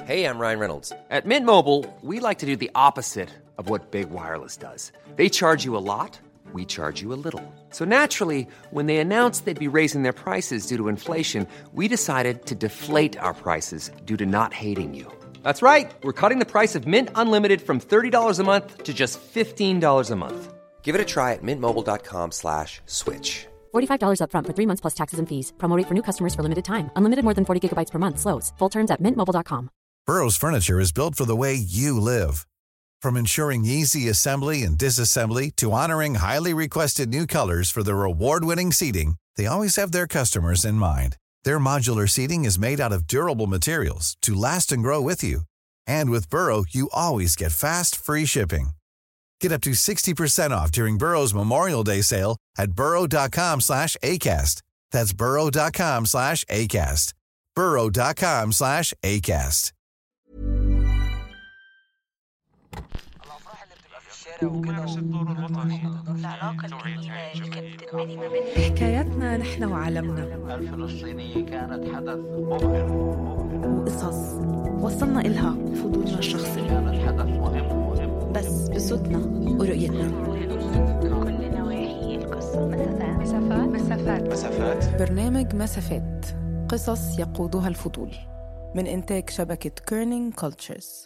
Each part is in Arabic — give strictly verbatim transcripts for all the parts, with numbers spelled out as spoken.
Hey, I'm Ryan Reynolds. At Mint Mobile, we like to do the opposite of what Big Wireless does. They charge you a lot, we charge you a little. So naturally, when they announced they'd be raising their prices due to inflation, we decided to deflate our prices due to not hating you. That's right. We're cutting the price of Mint Unlimited from thirty dollars a month to just fifteen dollars a month. Give it a try at mintmobile.com slash switch. forty-five dollars up front for three months plus taxes and fees. Promo rate for new customers for limited time. Unlimited more than forty gigabytes per month. Slows full terms at mint mobile dot com. Burrow's furniture is built for the way you live. From ensuring easy assembly and disassembly to honoring highly requested new colors for their award-winning seating, they always have their customers in mind. Their modular seating is made out of durable materials to last and grow with you. And with Burrow, you always get fast, free shipping. Get up to sixty percent off during Burrow's Memorial Day sale at burrow.com slash ACAST. That's burrow.com slash ACAST. burrow.com slash ACAST. حكاياتنا نحن وعالمنا، الفلسطينية كانت حدث مبهر وقصص وصلنا إلها فضولنا الشخصي، كانت حدث مهم مهم بس بصوتنا ورؤيتنا. كل نواحي القصة. مسافات مسافات مسافات برنامج مسافات، قصص يقودها الفضول، من إنتاج شبكة كيرنينج كولتشرز.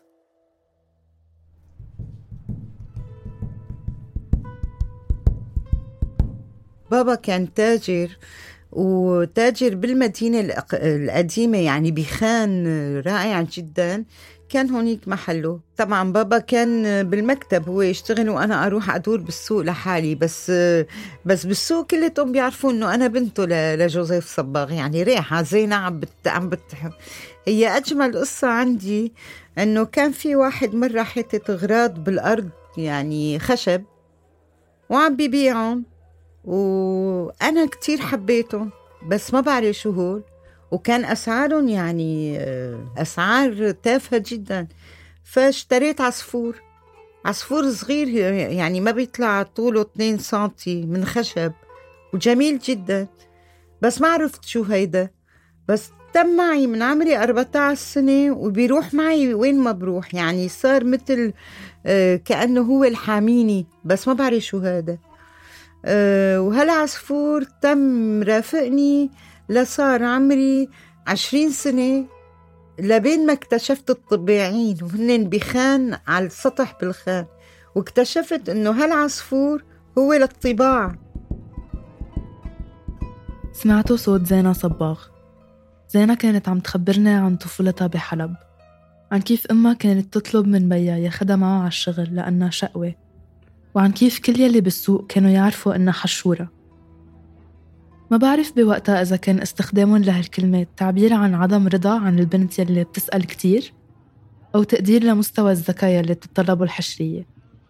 بابا كان تاجر، وتاجر بالمدينة القديمة يعني بخان رائع جدا، كان هونيك محله. طبعا بابا كان بالمكتب هو يشتغل وأنا أروح أدور بالسوق لحالي، بس بس بالسوق كلهم بيعرفوا إنه أنا بنته لجوزيف صباغ، يعني ريحة زينة عم بت عم بتحب. هي أجمل قصة عندي إنه كان في واحد مرة حتة أغراض بالأرض، يعني خشب، وعم بيبيعهم، وأنا كتير حبيتهم، بس ما بعرف شو هول، وكان أسعارهم يعني أسعار تافهة جدا. فاشتريت عصفور عصفور صغير، يعني ما بيطلع طوله اثنين سنتي، من خشب وجميل جدا، بس ما عرفت شو هيدا. بس تم معي من عمري أربعة عشر سنة، وبيروح معي وين ما بروح، يعني صار مثل كأنه هو الحاميني، بس ما بعرف شو هذا. أه وهالعصفور تم رافقني لصار عمري عشرين سنة، لبين ما اكتشفت الطبيعين وهن بخان على السطح بالخان، واكتشفت انه هالعصفور هو للطباعة. سمعتوا صوت زينة صباغ. زينة كانت عم تخبرنا عن طفولتها بحلب، عن كيف أمها كانت تطلب من بيها ياخدها معه على الشغل لأنها شقوة، وعن كيف كل يلي بالسوق كانوا يعرفوا إنها حشورة. ما بعرف بوقتها إذا كان استخدامهم لهالكلمات تعبير عن عدم رضا عن البنت يلي بتسأل كتير، أو تقدير لمستوى الذكاء يلي بتطلبه الحشرية.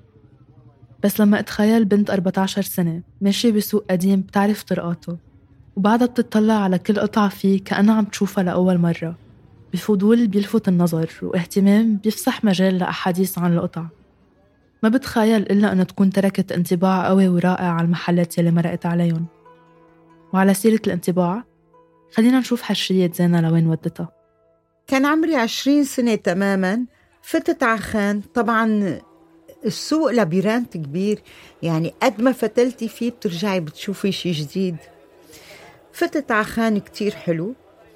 بس لما أتخيل بنت أربعة عشر سنة ماشية بسوق قديم بتعرف طرقاته، وبعدها بتطلع على كل قطعة فيه كأنها عم تشوفها لأول مرة، بفضول بيلفت النظر واهتمام بيفسح مجال لأحاديث عن القطع، ما بتخيل إلا أنه تكون تركت انطباع قوي ورائع على المحلات يلي مرقت عليهم. وعلى سيرة الانطباع، خلينا نشوف حشرية زينة لوين ودتها. كان عمري عشرين سنة تماما، فتت عخان. طبعا السوق لابيرانت كبير، يعني قد ما فتلتي فيه بترجعي بتشوفي شي جديد. فتت عخان كتير حلو،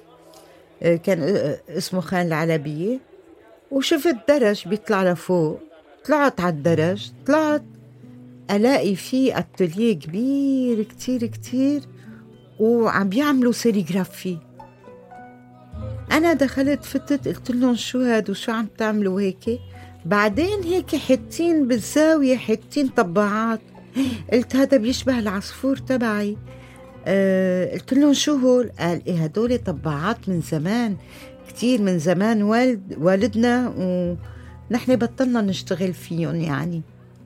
كان اسمه خان العلبية، وشفت درج بيطلع لفوق. طلعت على الدرج، طلعت ألاقي فيه أتليه كبير كتير كتير، وعم بيعملوا سيريغرافي. أنا دخلت فتت قلت لهم شو هاد وشو عم تعملوا هيك؟ بعدين هيك حتين بالزاوية حتين طباعات، قلت هذا بيشبه العصفور تبعي. أه قلت لهم شو هول؟ قال إيه هدول طباعات من زمان كتير، من زمان والد والدنا ونحن بطلنا نشتغل فيهم يعني،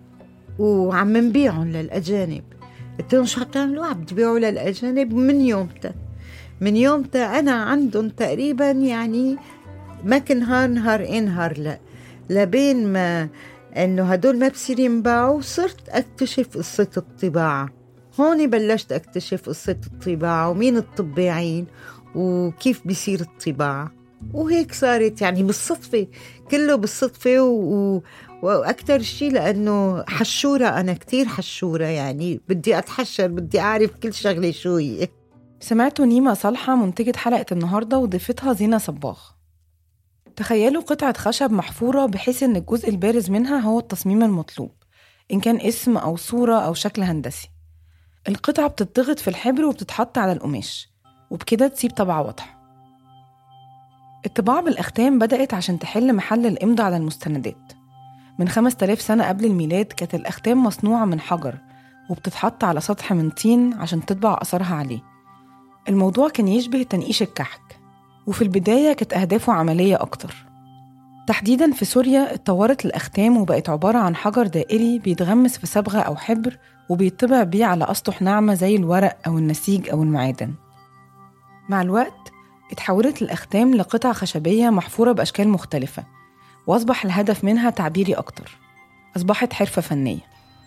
وعم نبيعهم للأجانب. قلت لهم شو عم عم تبيعوا للأجانب؟ من يومتها من يومتها أنا عندهم تقريبا، يعني ما كان نهار نهار إيه نهار لا، لبين ما إنه هدول ما بصير ينباعوا صرت أكتشف قصة الطباعة. هون بلشت أكتشف قصة الطباعة ومين الطباعين وكيف بيصير الطباعة. وهيك صارت يعني بالصدفة، كله بالصدفة. و... وأكتر شيء لأنه حشورة، أنا كتير حشورة، يعني بدي أتحشر، بدي أعرف كل شغلة شو هي. سمعتوا نيمة صالحة منتجة حلقة النهاردة وضيفتها زينة صباغ. تخيلوا قطعة خشب محفورة بحيث أن الجزء البارز منها هو التصميم المطلوب، إن كان اسم أو صورة أو شكل هندسي. القطعة بتتضغط في الحبر وبتتحط على القماش، وبكده تسيب طبعة واضحة. الطباعة بالأختام بدأت عشان تحل محل الإمضاء على المستندات. من خمسة آلاف سنة قبل الميلاد كانت الأختام مصنوعة من حجر وبتتحط على سطح من طين عشان تطبع أثرها عليه. الموضوع كان يشبه تنقيش الكحك، وفي البداية كانت أهدافه عملية أكتر. تحديداً في سوريا اتطورت الأختام وبقت عبارة عن حجر دائري بيتغمس في صبغة أو حبر وبيطبع بيه على أسطح ناعمة زي الورق أو النسيج أو المعادن. مع الوقت اتحولت الأختام لقطع خشبية محفورة بأشكال مختلفة، وأصبح الهدف منها تعبيري أكتر. أصبحت حرفة فنية.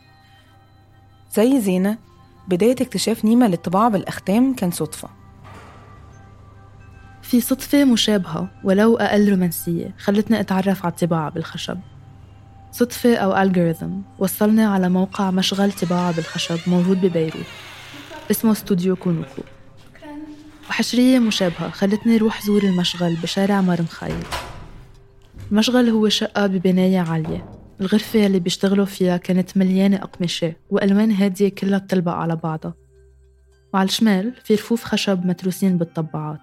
زي زينة، بداية اكتشاف نيمة للطباعة بالأختام كان صدفة. في صدفة مشابهة ولو أقل رومانسية خلتني أتعرف على الطباعة بالخشب. صدفة أو ألغوريثم وصلني على موقع مشغل طباعة بالخشب موجود ببيروت اسمه استوديو كونوكو. وحشرية مشابهة خلتني روح زور المشغل بشارع مرمخايل. المشغل هو شقة ببناية عالية. الغرفة اللي بيشتغلوا فيها كانت مليانة أقمشة وألوان هادية كلها بتلبق على بعضها، وعلى الشمال في رفوف خشب متروسين بالطباعات.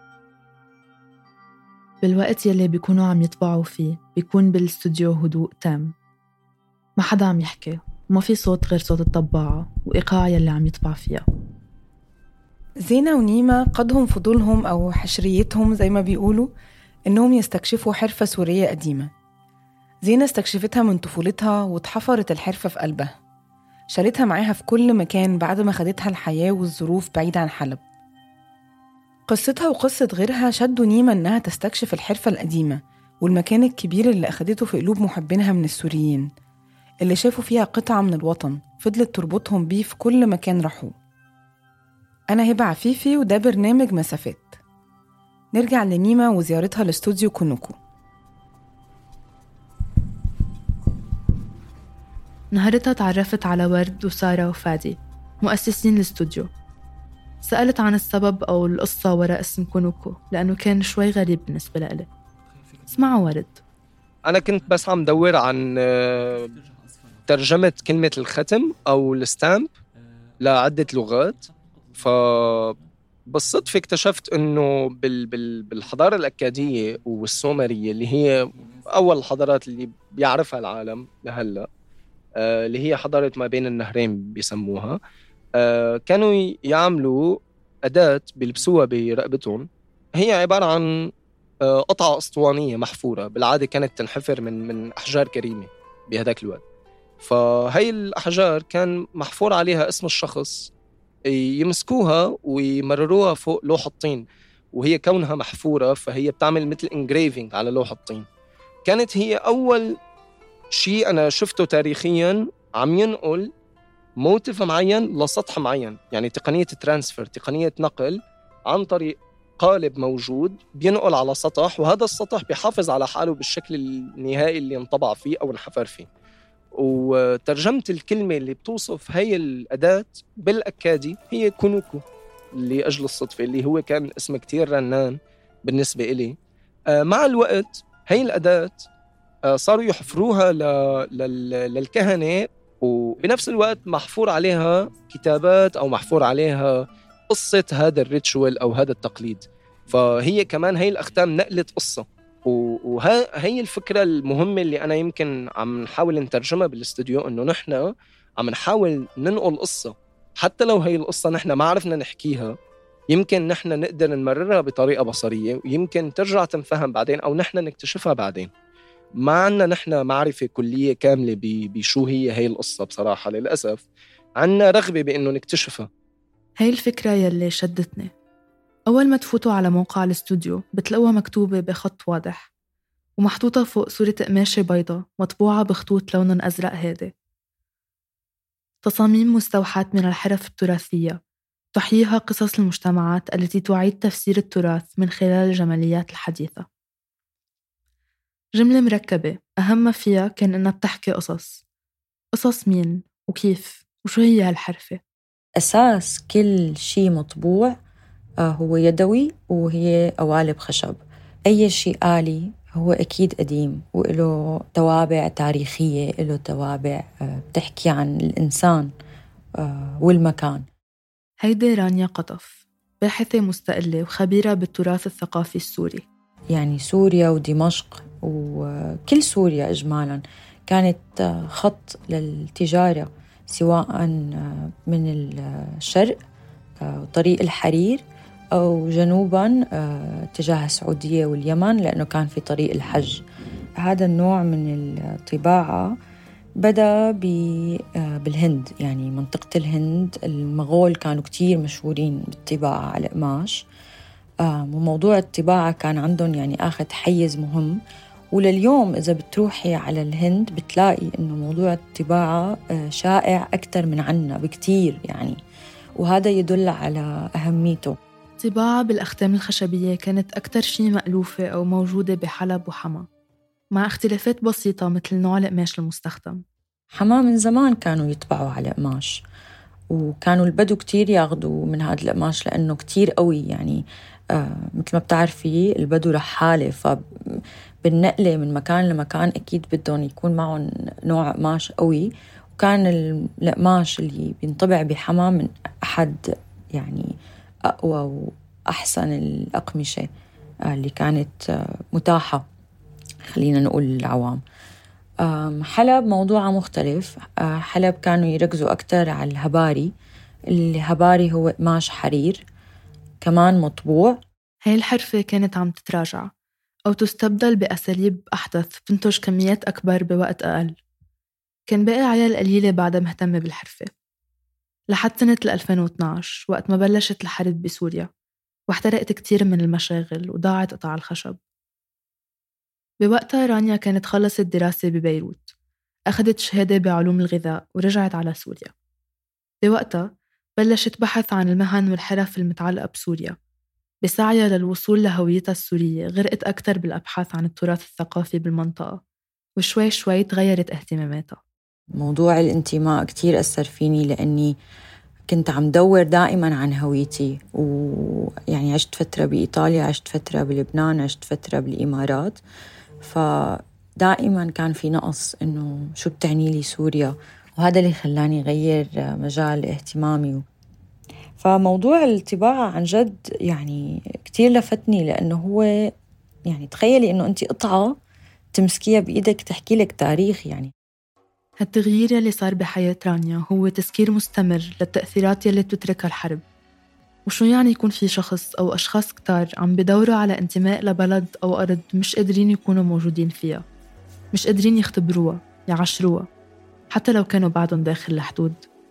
بالوقت يلي بيكونوا عم يطبعوا فيه بيكون بالاستوديو هدوء تام، ما حدا عم يحكي وما في صوت غير صوت الطباعة وإيقاع يلي عم يطبع فيها. زينة ونيمة قدهم فضولهم أو حشريتهم زي ما بيقولوا إنهم يستكشفوا حرفة سورية قديمة. زينة استكشفتها من طفولتها واتحفرت الحرفة في قلبها، شالتها معاها في كل مكان بعد ما خدتها الحياة والظروف بعيد عن حلب. قصتها وقصة غيرها شدوا نيمة إنها تستكشف الحرفة القديمة والمكان الكبير اللي أخدته في قلوب محبينها من السوريين، اللي شافوا فيها قطعة من الوطن فضلت تربطهم بيه في كل مكان راحوه. أنا هبة عفيفي وده برنامج مسافات. نرجع لنيمة وزيارتها لاستوديو كونوكو. نهارتها تعرفت على ورد وسارة وفادي مؤسسين الاستوديو. سألت عن السبب أو القصة وراء اسم كونوكو لأنه كان شوي غريب بالنسبة لي. اسمعوا ورد. أنا كنت بس عم دور عن ترجمة كلمة الختم أو الستامب لعدة لغات، فبالصدفة اكتشفت أنه بالحضارة الأكادية والسومرية اللي هي أول الحضارات اللي بيعرفها العالم لهلأ، اللي هي حضارة ما بين النهرين بيسموها، كانوا يعملوا أداة بيلبسوها برقبتهم، هي عبارة عن قطعة أسطوانية محفورة، بالعادة كانت تنحفر من من أحجار كريمة بهداك الوقت. فهي الأحجار كان محفور عليها اسم الشخص، يمسكوها ويمرروها فوق لوح الطين، وهي كونها محفورة فهي بتعمل مثل انجريفينج على لوح الطين. كانت هي أول شيء أنا شفته تاريخياً عم ينقل موتيف معين لسطح معين، يعني تقنية ترانسفير، تقنية نقل عن طريق قالب موجود بينقل على سطح، وهذا السطح بيحافظ على حاله بالشكل النهائي اللي انطبع فيه أو انحفر فيه. وترجمت الكلمة اللي بتوصف هاي الأداة بالأكادي هي كونوكو لأجل الصدفة، اللي هو كان اسم كتير رنان بالنسبة إلي. آه مع الوقت هاي الأداة آه صاروا يحفروها للكهنة، وبنفس الوقت محفور عليها كتابات أو محفور عليها قصة هذا الريتشوال أو هذا التقليد. فهي كمان هاي الأختام نقلت قصة، وهي الفكرة المهمة اللي أنا يمكن عم نحاول نترجمها بالاستوديو، إنه نحن عم نحاول ننقل قصة، حتى لو هاي القصة نحن ما عرفنا نحكيها، يمكن نحن نقدر نمررها بطريقة بصرية ويمكن ترجع تنفهم بعدين أو نحن نكتشفها بعدين. ما عنا نحن معرفة كلية كاملة بشو هي هاي القصة بصراحة، للأسف عنا رغبة بأنه نكتشفها. هاي الفكرة يلي شدتني. أول ما تفوتوا على موقع الاستوديو بتلاقوها مكتوبة بخط واضح ومحطوطة فوق صورة قماشة بيضة مطبوعة بخطوط لون أزرق هادي. تصاميم مستوحاة من الحرف التراثية تحييها قصص المجتمعات التي تعيد تفسير التراث من خلال الجماليات الحديثة. جملة مركبة أهم ما فيها كان إنها بتحكي قصص. قصص مين وكيف وشو هي هالحرفة؟ أساس كل شيء مطبوع هو يدوي وهي قوالب خشب. أي شيء آلي هو أكيد قديم وله توابع تاريخية، له توابع بتحكي عن الإنسان والمكان. هيدي رانيا قطف، باحثة مستقلة وخبيرة بالتراث الثقافي السوري. يعني سوريا ودمشق وكل سوريا إجمالاً كانت خط للتجارة، سواء من الشرق طريق الحرير أو جنوباً تجاه السعودية واليمن، لأنه كان في طريق الحج. هذا النوع من الطباعة بدأ بالهند، يعني منطقة الهند. المغول كانوا كتير مشهورين بالطباعة على القماش، وموضوع الطباعة كان عندهم يعني آخذ حيز مهم. ولليوم إذا بتروحي على الهند بتلاقي إنه موضوع الطباعة شائع أكتر من عنا بكتير يعني، وهذا يدل على أهميته. الطباعة بالأختام الخشبية كانت أكتر شيء مألوفة أو موجودة بحلب وحما، مع اختلافات بسيطة مثل نوع القماش المستخدم. حما من زمان كانوا يطبعوا على قماش، وكانوا البدو كتير ياخدوا من هذا القماش لأنه كتير قوي يعني. آه مثل ما بتعرفي البدو رحالة، فبالنقلة من مكان لمكان أكيد بدهم يكون معهم نوع قماش قوي. وكان القماش اللي بينطبع بحما من أحد يعني أقوى وأحسن الأقمشة اللي كانت متاحة، خلينا نقول العوام. حلب موضوعها مختلف. حلب كانوا يركزوا أكتر على الهباري. الهباري هو قماش حرير كمان مطبوع. هاي الحرفة كانت عم تتراجع أو تستبدل بأساليب أحدث تنتج كميات أكبر بوقت أقل. كان باقي عيال قليلة بعدها مهتمة بالحرفة لحد سنة ألفين واثناشر، وقت ما بلشت الحرب بسوريا واحترقت كتير من المشاغل وضاعت قطع الخشب. بوقتها رانيا كانت خلصت دراسة ببيروت، أخذت شهادة بعلوم الغذاء ورجعت على سوريا. بوقتها بلشت بحث عن المهن والحرف المتعلقة بسوريا. بسعيها للوصول لهويتها السورية غرقت أكتر بالأبحاث عن التراث الثقافي بالمنطقة، وشوي شوي تغيرت اهتماماتها. موضوع الانتماء كتير أثر فيني، لأني كنت عم دور دائماً عن هويتي. ويعني عشت فترة بإيطاليا، عشت فترة بلبنان، عشت فترة بالإمارات، فدائماً كان في نقص إنه شو بتعني لي سوريا، وهذا اللي خلاني غير مجال اهتمامي. فموضوع الطباعة عن جد يعني كتير لفتني، لأنه هو يعني تخيلي إنه أنت قطعة تمسكيها بإيدك تحكي لك تاريخ. يعني هالتغيير يلي صار بحياة رانيا هو تذكير مستمر للتأثيرات يلي بتتركها الحرب، وشو يعني يكون في شخص أو أشخاص كتار عم بدوروا على انتماء لبلد أو أرض مش قادرين يكونوا موجودين فيها، مش قادرين يختبروها يعشروها حتى لو كانوا بعدهم داخل الحدود.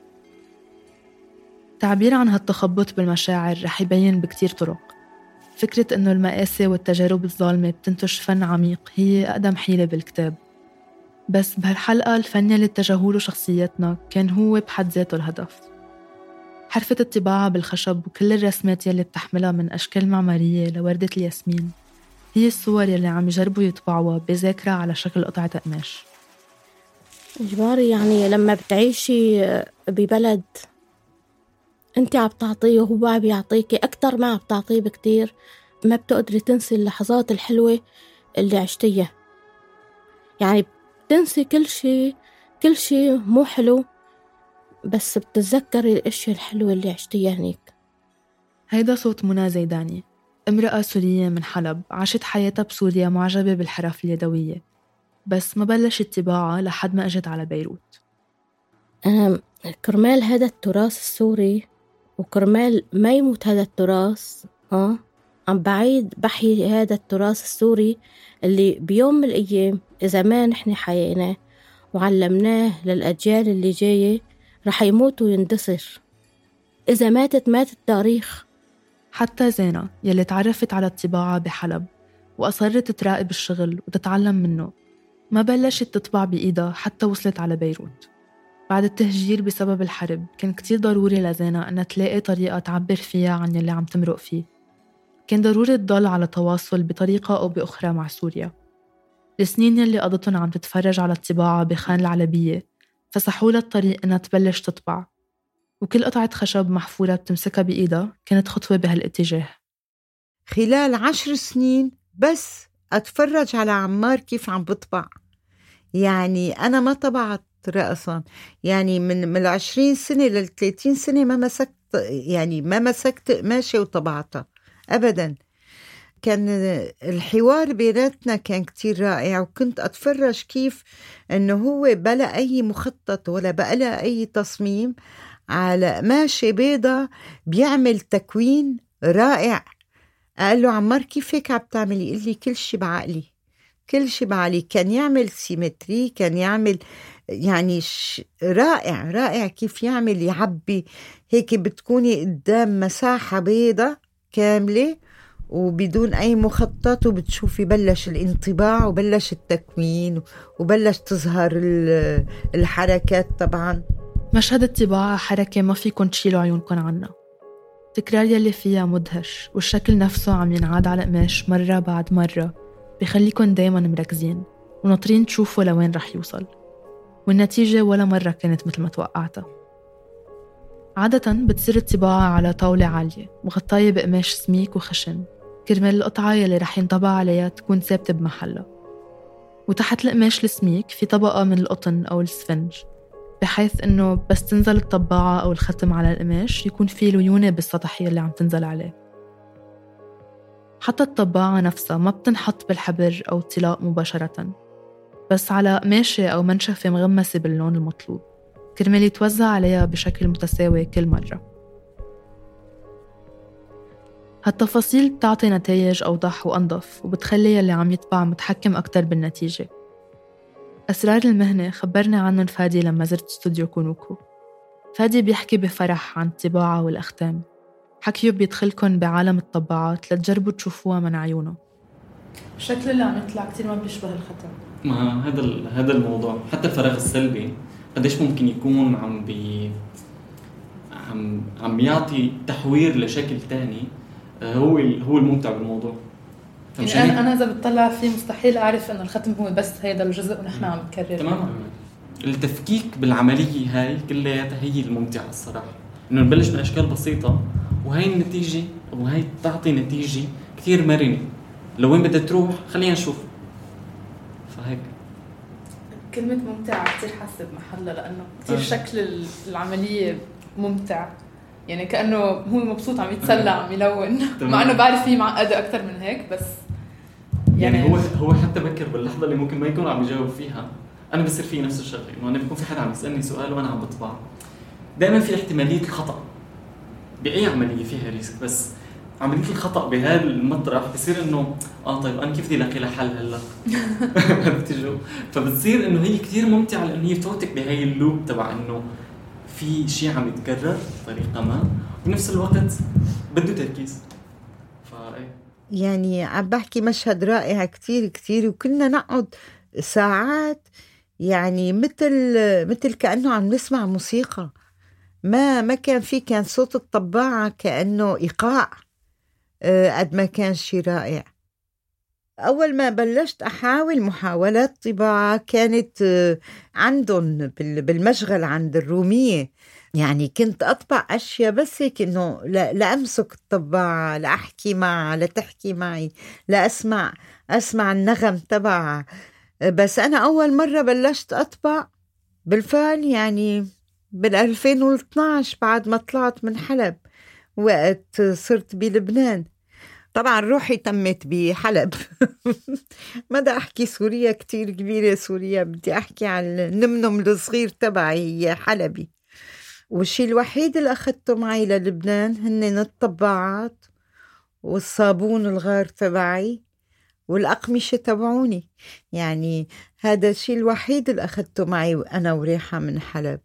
تعبير عن هالتخبط بالمشاعر رح يبين بكتير طرق. فكرة إنه المآسي والتجارب الظالمة بتنتج فن عميق هي أقدم حيلة بالكتاب، بس بهالحلقة الفن اللي اتجهوا له شخصياتنا كان هو بحد ذاته الهدف. حرفة الطباعة بالخشب وكل الرسمات يلي بتحملها من أشكال معمارية لوردة الياسمين هي الصور يلي عم يجربوا يطبعوها بذاكرة على شكل قطعة قماش. إجباري يعني لما بتعيشي ببلد أنت عم تعطيه وهو عم يعطيكي أكتر ما عم تعطيه بكتير، ما بتقدري تنسي اللحظات الحلوة اللي عشتيها. يعني بتنسي كل شيء كل شيء مو حلو، بس بتتذكري الأشياء الحلوة اللي عشتيها هناك. هيدا صوت منى زيداني، امرأة سورية من حلب عاشت حياتها بسوريا معجبة بالحرف اليدوية، بس ما بلشت طباعة لحد ما أجت على بيروت. أنا كرمال هذا التراث السوري وكرمال ما يموت هذا التراث آه عم بعيد بحي هذا التراث السوري اللي بيوم من الأيام إذا ما نحن حييناه وعلمناه للأجيال اللي جاية رح يموت ويندثر. إذا ماتت مات التاريخ. حتى زينة يلي تعرفت على الطباعة بحلب وأصرت تراقب الشغل وتتعلم منه ما بلشت تطبع بإيدها حتى وصلت على بيروت. بعد التهجير بسبب الحرب كان كتير ضروري لزينة أنها تلاقي طريقة تعبر فيها عن اللي عم تمرق فيه. كان ضروري تضل على تواصل بطريقة أو بأخرى مع سوريا. السنين يلي قضتهم عم تتفرج على الطباعة بخان العلبية فسحولها الطريق أنها تبلش تطبع، وكل قطعة خشب محفورة بتمسكها بإيدها كانت خطوة بهالاتجاه. خلال عشر سنين بس أتفرج على عمار كيف عم بطبع. يعني أنا ما طبعت رأسا، يعني من من العشرين سنة للثلاثين سنة ما مسكت، يعني ما مسكت قماشة وطبعتها أبدا. كان الحوار بيناتنا كان كتير رائع، وكنت أتفرج كيف أنه هو بلا أي مخطط ولا بلا أي تصميم على قماشة بيضة بيعمل تكوين رائع. قال له عمار كيف هيك عم تعملي؟ يقول لي كل شي بعقلي، كل شي بعقلي. كان يعمل سيمتري، كان يعمل يعني رائع رائع كيف يعمل يعبي هيك بتكوني قدام مساحة بيضة كاملة وبدون أي مخطط، وبتشوفي بلش الانطباع وبلش التكوين وبلش تظهر الحركات. طبعا مشهد الطباعة حركة ما فيكن تشيلوا عيونكن عنها. تكرار يلي فيها مدهش، والشكل نفسه عم ينعاد على قماش مرة بعد مرة بيخليكن دايما مركزين وناطرين تشوفوا لوين رح يوصل، والنتيجة ولا مرة كانت مثل ما توقعتها. عادة بتصير الطباعة على طاولة عالية مغطاية بقماش سميك وخشن كرمال القطعة يلي رح ينطبع عليها تكون ثابتة بمحلها، وتحت القماش السميك في طبقة من القطن أو السفنج، بحيث إنه بس تنزل الطباعة أو الختم على القماش يكون فيه ليونة بالسطح يلي عم تنزل عليه. حتى الطباعة نفسها ما بتنحط بالحبر أو الطلاء مباشرة، بس على قماشة أو منشفة مغمسة باللون المطلوب كرمال يتوزع عليها بشكل متساوي كل مرة. هالتفاصيل بتعطي نتائج أوضح وأنظف، وبتخلي يلي عم يطبع متحكم أكتر بالنتيجة. أسرار المهنة خبرنا عنهم فادي لما زرت استوديو كونوكو. فادي بيحكي بفرح عن الطباعة والأختام، حكيه بيدخلكن بعالم الطباعات لتجربوا تشوفوها من عيونه. الشكل اللي عم يطلع كتير ما بيشبه الختم. ما هذا هذا الموضوع. حتى الفراغ السلبي قديش ممكن يكون عم بي عم عم يعطي تحوير لشكل تاني. هو هو الممتع بالموضوع. يعني أنا أنا إذا بتطلع فيه مستحيل أعرف إنه الختم هو بس هيدا الجزء ونحن عم نكرر. تماما. التفكيك بالعملية هاي كلها هي الممتعة الصراحة، إنه نبلش من أشكال بسيطة وهي النتيجة وهي تعطي نتيجة كثير مرنة. لو وين بدها تروح خلينا نشوف. فهيك كلمة ممتعة كتير حاسة بمحلها، لأنه كتير آه. شكل العملية ممتع، يعني كأنه هو مبسوط عم يتسلى عم يلون مع أنه بعرف فيه معقدة أكتر من هيك. بس يعني, يعني هو هو حتى بكر باللحظة اللي ممكن ما يكون عم يجاوب فيها أنا بصير فيه نفس الشغلة، إنه أنا بيكون في حدا عم يسألني سؤال وأنا عم بطبع. دائما في احتمالية الخطأ بأي عملية فيها ريسك، بس عملية الخطأ بهذا المطرح بصير إنه آه طيب أنا كيف بدي لاقي لها حل هلا بتجو. فبتصير إنه هي كتير ممتعة لأنه هي بتفوتك بهاي اللوب تبع إنه في شيء عم يتكرر بطريقة ما وبنفس الوقت بده تركيز. فايه يعني عم بحكي مشهد رائع كتير كتير، وكنا نقعد ساعات يعني مثل مثل كأنه عم نسمع موسيقى. ما ما كان في كان صوت الطباعة كأنه إيقاع قد ما كان شيء رائع. أول ما بلشت أحاول محاولات طباعة كانت عندهم بالمشغل عند الرومية، يعني كنت أطبع أشياء بس هيك إنه لأمسك الطباعة، لأحكي معها، لتحكي معي، لأسمع أسمع النغم تبعها. بس أنا أول مرة بلشت أطبع بالفعل يعني بالألفين واثناشر بعد ما طلعت من حلب، وقت صرت بلبنان. طبعا روحي تمت بحلب ما بدي أحكي سوريا كتير كبيرة، سوريا بدي أحكي عن النمنم الصغير تبعي هي حلبي. والشي الوحيد اللي أخذته معي للبنان هن الطباعات والصابون الغار تبعي والأقمشة تبعوني. يعني هذا الشي الوحيد اللي أخذته معي وأنا وريحة من حلب.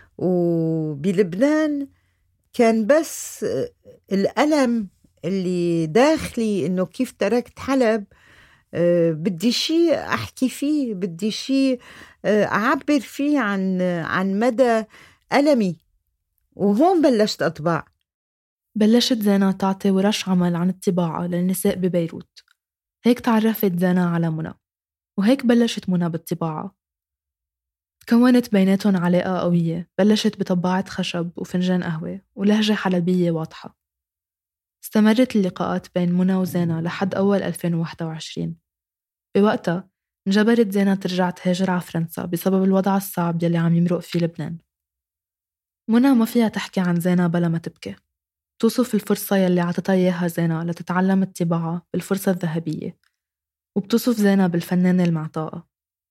وبلبنان كان بس الألم اللي داخلي إنه كيف تركت حلب أه بدي شيء أحكي فيه، بدي شيء أه أعبر فيه عن عن مدى ألمي. وهون بلشت أطبع. بلشت زينة تعطي ورش عمل عن الطباعة للنساء ببيروت. هيك تعرفت زينة على منى، وهيك بلشت منى بالطباعة. تكونت بيناتهم علاقة قوية، بلشت بطباعة خشب وفنجان قهوة ولهجة حلبية واضحة. استمرت اللقاءات بين منى وزينة لحد أول ألفين وواحد وعشرين. بوقتها انجبرت زينة ترجع تهاجر على فرنسا بسبب الوضع الصعب يلي عم يمرق فيه لبنان. منى ما فيها تحكي عن زينة بلا ما تبكي. توصف الفرصة يلي عطتها إياها زينة لتتعلم الطباعة بالفرصة الذهبية، وبتوصف زينة بالفنانة المعطاءة.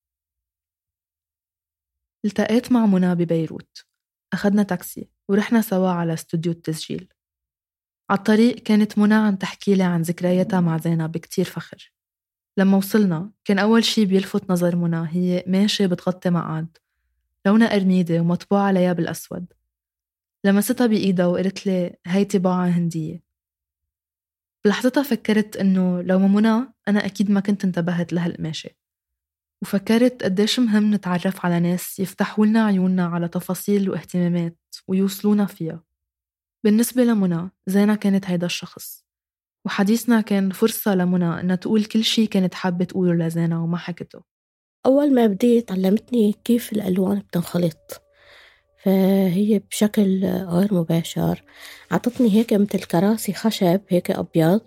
التقيت مع منى ببيروت، أخذنا تاكسي ورحنا سوا على استوديو التسجيل. على الطريق كانت منى عم تحكي لي عن ذكرياتها مع زينة بكتير فخر. لما وصلنا كان أول شي بيلفت نظر منى هي ماشي بتغطي مقعد لونها أرميدة ومطبوع عليها بالأسود. لمستها بإيدها وقلت لي هاي طباعة هندية. بلحظتها فكرت إنه لو ما منى أنا أكيد ما كنت انتبهت لهالقماشة، وفكرت قديش مهم نتعرف على ناس يفتحوا لنا عيوننا على تفاصيل واهتمامات ويوصلونا فيها. بالنسبة لمنى زينة كانت هيدا الشخص، وحديثنا كان فرصة لمنى إنها تقول كل شي كانت حابة تقوله لزينة وما حكته. أول ما بديت علمتني كيف الألوان بتنخلط، فهي بشكل غير مباشر عطتني هيك مثل كراسي خشب هيك أبيض،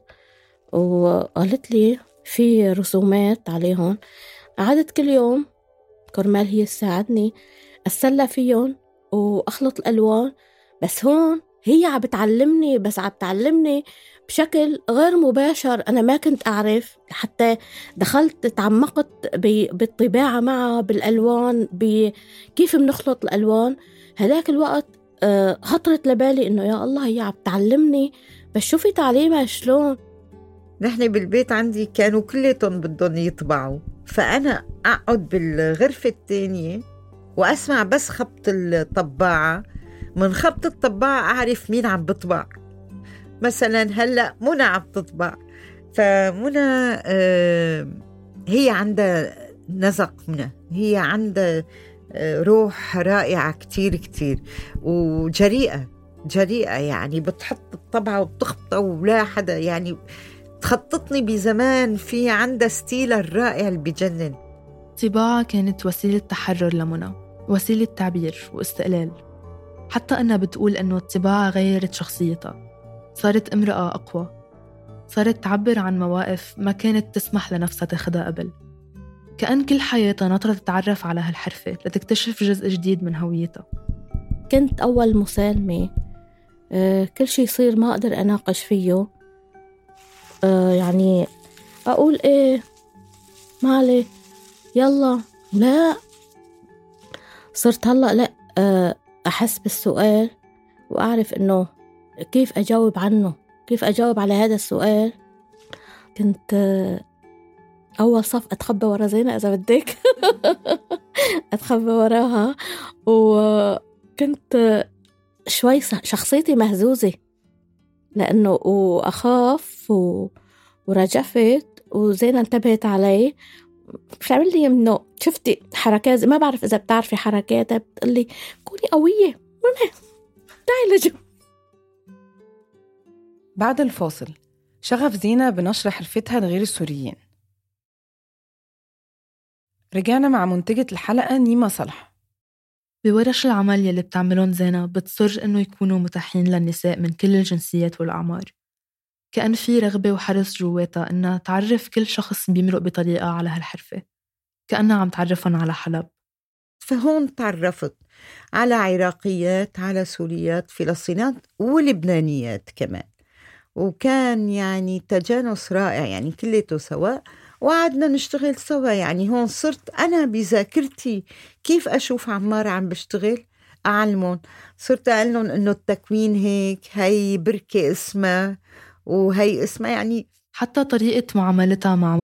وقالت لي في رسومات عليهم. قعدت كل يوم كرمال هي تساعدني أتسلى فيهم وأخلط الألوان. بس هون هي عم بتعلمني، بس عم بتعلمني بشكل غير مباشر. أنا ما كنت أعرف، حتى دخلت تعمقت بالطباعة معها، بالألوان، بكيف بنخلط الألوان. هذاك الوقت خطرت لبالي إنه يا الله هي عم تعلمني، بس شوفي تعليمها شلون. نحن بالبيت عندي كانوا كلهم بدهم يطبعوا، فأنا أقعد بالغرفة الثانية وأسمع بس خبط الطباعة. من خبط الطباعة أعرف مين عم بطبع. مثلا هلأ منى عم تطبع، فمنى آه هي عندها نزق، منى هي عندها آه روح رائعة كتير كتير، وجريئة جريئة يعني بتحط الطبعة وبتخبطها ولا حدا يعني تخططني بزمان. في عندها ستيل الرائع اللي بيجنن. طباعة كانت وسيلة تحرر لمنى، وسيلة تعبير واستقلال. حتى أنها بتقول أنه الطباعة غيرت شخصيتها، صارت امرأة أقوى، صارت تعبر عن مواقف ما كانت تسمح لنفسها تاخدها قبل. كأن كل حياتها ناطرة تتعرف على هالحرفة لتكتشف جزء جديد من هويتها. كنت أول مسالمة، أه كل شي يصير ما أقدر أناقش فيه، أه يعني أقول إيه مالي يلا لا. صرت هلأ لا أه أحس بالسؤال وأعرف إنه كيف أجاوب عنه، كيف أجاوب على هذا السؤال. كنت أول صف أتخبى ورا زينة إذا بدك أتخبى وراها، وكنت شوي شخصيتي مهزوزة لأنه وأخاف و... ورجفت، وزينة انتبهت علي. بتعمل لي منه شفتي حركات، ما بعرف إذا بتعرفي حركاتها، بتقلي كوني قوية تعي لجو. بعد الفاصل شغف زينة بنشر حرفتها لغير السوريين. رجعنا مع منتجة الحلقة نيمة صالحة. بورش العمل يلي بتعملون زينة بتصر إنه يكونوا متاحين للنساء من كل الجنسيات والأعمار. كأن في رغبة وحرص جواتها إنها تعرف كل شخص بيمرق بطريقة على هالحرفة، كأنها عم تعرفهم على حلب. فهون تعرفت على عراقيات، على سوريات، فلسطينيات ولبنانيات كمان، وكان يعني تجانس رائع يعني كلته سوا، وقعدنا نشتغل سوا. يعني هون صرت أنا بذاكرتي كيف أشوف عمار عم بشتغل أعلمون، صرت أقلن إنه التكوين هيك، هاي بركة اسمها وهي اسمها، يعني حتى طريقة معاملتها مع.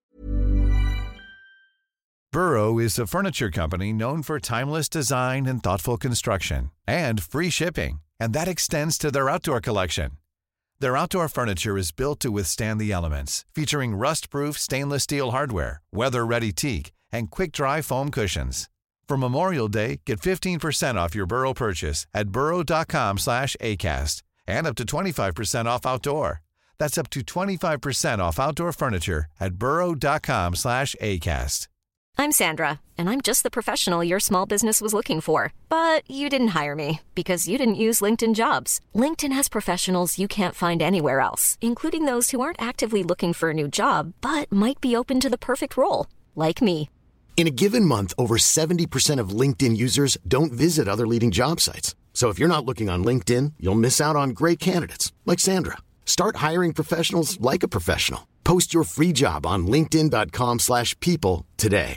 Burrow is a furniture company known for timeless design and thoughtful construction and free shipping, and that extends to their outdoor collection. Their outdoor furniture is built to withstand the elements, featuring rust-proof stainless steel hardware, weather-ready teak, and quick-dry foam cushions. For Memorial Day, get fifteen percent off your Burrow purchase at burrow.com slash ACAST and up to twenty-five percent off outdoor. That's up to twenty-five percent off outdoor furniture at burrow.com slash ACAST. I'm Sandra, and I'm just the professional your small business was looking for. But you didn't hire me because you didn't use LinkedIn Jobs. LinkedIn has professionals you can't find anywhere else, including those who aren't actively looking for a new job, but might be open to the perfect role, like me. In a given month, over seventy percent of LinkedIn users don't visit other leading job sites. So if you're not looking on LinkedIn, you'll miss out on great candidates like Sandra. Start hiring professionals like a professional. Post your free job on linkedin.com slash people today.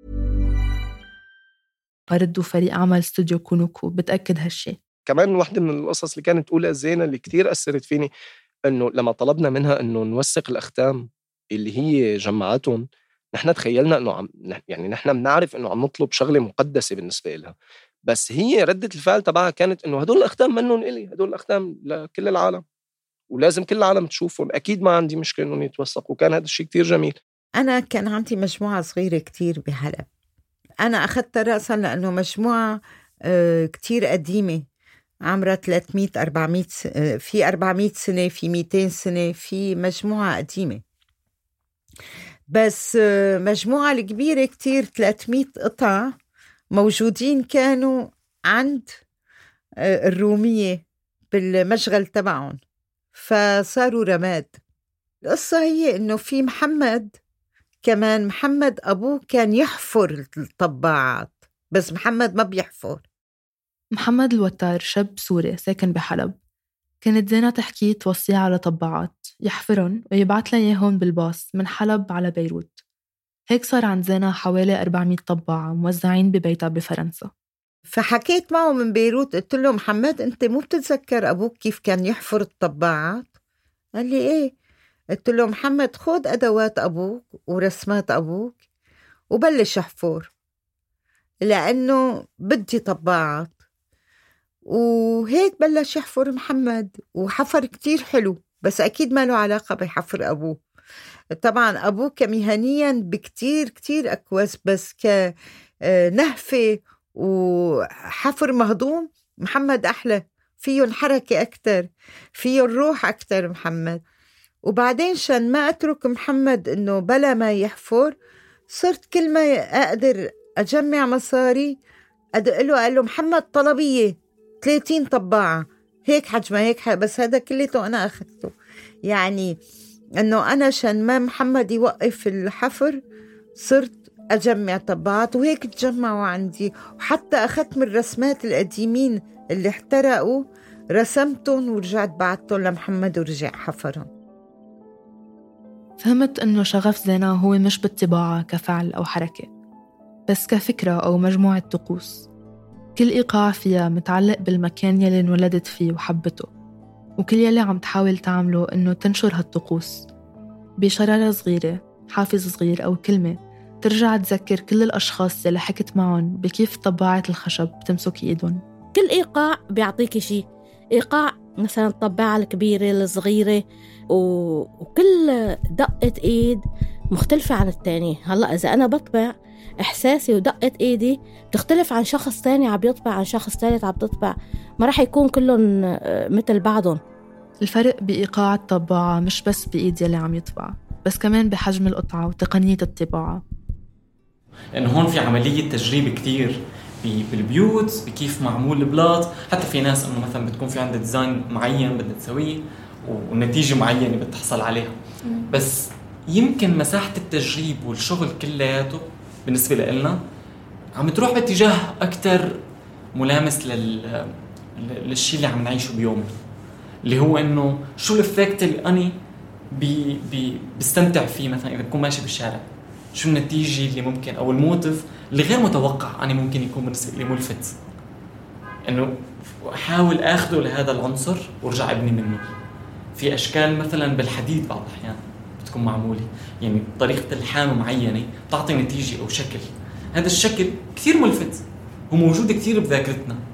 ردوا فريق عمل استوديو كونوكو بتأكد هالشي. كمان واحدة من القصص اللي كانت تقولها زينة اللي كتير أثرت فيني إنه لما طلبنا منها إنه نوثق الأختام اللي هي جمعتهم، نحن تخيلنا إنه عم يعني نحن بنعرف إنه عم نطلب شغلة مقدسة بالنسبة لها، بس هي ردة الفعل تبعها كانت إنه هدول الأختام منهم إلي، هدول الأختام لكل العالم ولازم كل العالم تشوفهم، أكيد ما عندي مشكلة إنهم يتوثقوا. وكان هذا الشيء كتير جميل. أنا كان عندي مجموعة صغيرة كتير بحلب، أنا أخذتها رأسا لأنه مجموعة كتير قديمة عمرها ثلاثمية أربعمية في أربعمية سنة، في مئتين سنة، في مجموعة قديمة. بس مجموعة الكبيرة كتير ثلاثمية قطعة موجودين كانوا عند الرومية بالمشغل تبعهم، فصاروا رماد. القصة هي إنه في محمد كمان، محمد أبوه كان يحفر الطباعات، بس محمد ما بيحفر. محمد الوتار شاب سوري ساكن بحلب، كانت زينة تحكي توصيه على طباعات يحفرن ويبعت لها إياهم بالباص من حلب على بيروت. هيك صار عند زينة حوالي أربعمية طباعة موزعين ببيتها بفرنسا. فحكيت معه من بيروت، قلت له محمد أنت مو بتتذكر أبوك كيف كان يحفر الطباعات؟ قال لي إيه. قلت له محمد خود أدوات أبوك ورسمات أبوك وبلش احفر، لأنه بدي طباعات. وهيك بلش يحفر محمد، وحفر كتير حلو، بس أكيد ما له علاقة بحفر أبوه. طبعا أبوه كمهنيا بكتير كتير أكوس، بس كنهفة وحفر مهضوم محمد أحلى، فيه الحركة أكتر، فيه الروح أكتر محمد. وبعدين شان ما أترك محمد إنه بلا ما يحفر، صرت كل ما أقدر أجمع مصاري أدق له، قال له محمد طلبية ثلاثين طباعة هيك حجمها هيك، بس هذا كلته أنا أخذته. يعني إنه أنا شان ما محمد يوقف الحفر صرت أجمع طباعات، وهيك تجمعوا عندي. وحتى أخذت من الرسمات القديمين اللي احترقوا رسمتهم ورجعت بعتهم لمحمد ورجع حفرهم. فهمت إنه شغف زينة هو مش بالطباعة كفعل أو حركة، بس كفكرة أو مجموعة طقوس. كل إيقاع فيها متعلق بالمكان يلي انولدت فيه وحبته، وكل يلي عم تحاول تعمله إنه تنشر هالطقوس بشرارة صغيرة، حافز صغير أو كلمة ترجع تذكر كل الأشخاص اللي حكت معهم بكيف طباعة الخشب تمسك إيدهم. كل إيقاع بيعطيكي شيء، إيقاع مثلا الطباعة الكبيرة الصغيرة، وكل دقة إيد مختلفة عن التاني. هلأ إذا أنا بطبع إحساسي ودقة إيدي بتختلف عن شخص تاني عم يطبع، عن شخص ثالث عم تطبع، ما رح يكون كلهم مثل بعضهم. الفرق بإيقاع الطباعة مش بس بإيد يلي عم يطبع، بس كمان بحجم القطعة وتقنية الطباعة. لأنه هون في عملية تجريب كتير بالبيوت، بكيف معمول البلاط. حتى في ناس إنه مثلا بتكون في عندها ديزاين معين بدها تسويه ونتيجة معينة بتحصل عليها، بس يمكن مساحة التجريب والشغل كلياته بالنسبة لنا عم تروح باتجاه أكتر ملامس لل... للشيء اللي عم نعيشه بيومنا، اللي هو إنه شو الإفكت اللي أنا بي... بي... بستمتع فيه. مثلا إذا بكون ماشي بالشارع، شو النتيجة اللي ممكن أو الموتيف اللي غير متوقع أنا ممكن يكون بالنسبة لي ملفت، إنه أحاول أخذه لهذا العنصر وارجع أبني منه. في أشكال مثلا بالحديد بعض الأحيان بتكون معمولة، يعني طريقة الحام معينة تعطي نتيجة أو شكل. هذا الشكل كثير ملفت وموجود كثير بذاكرتنا،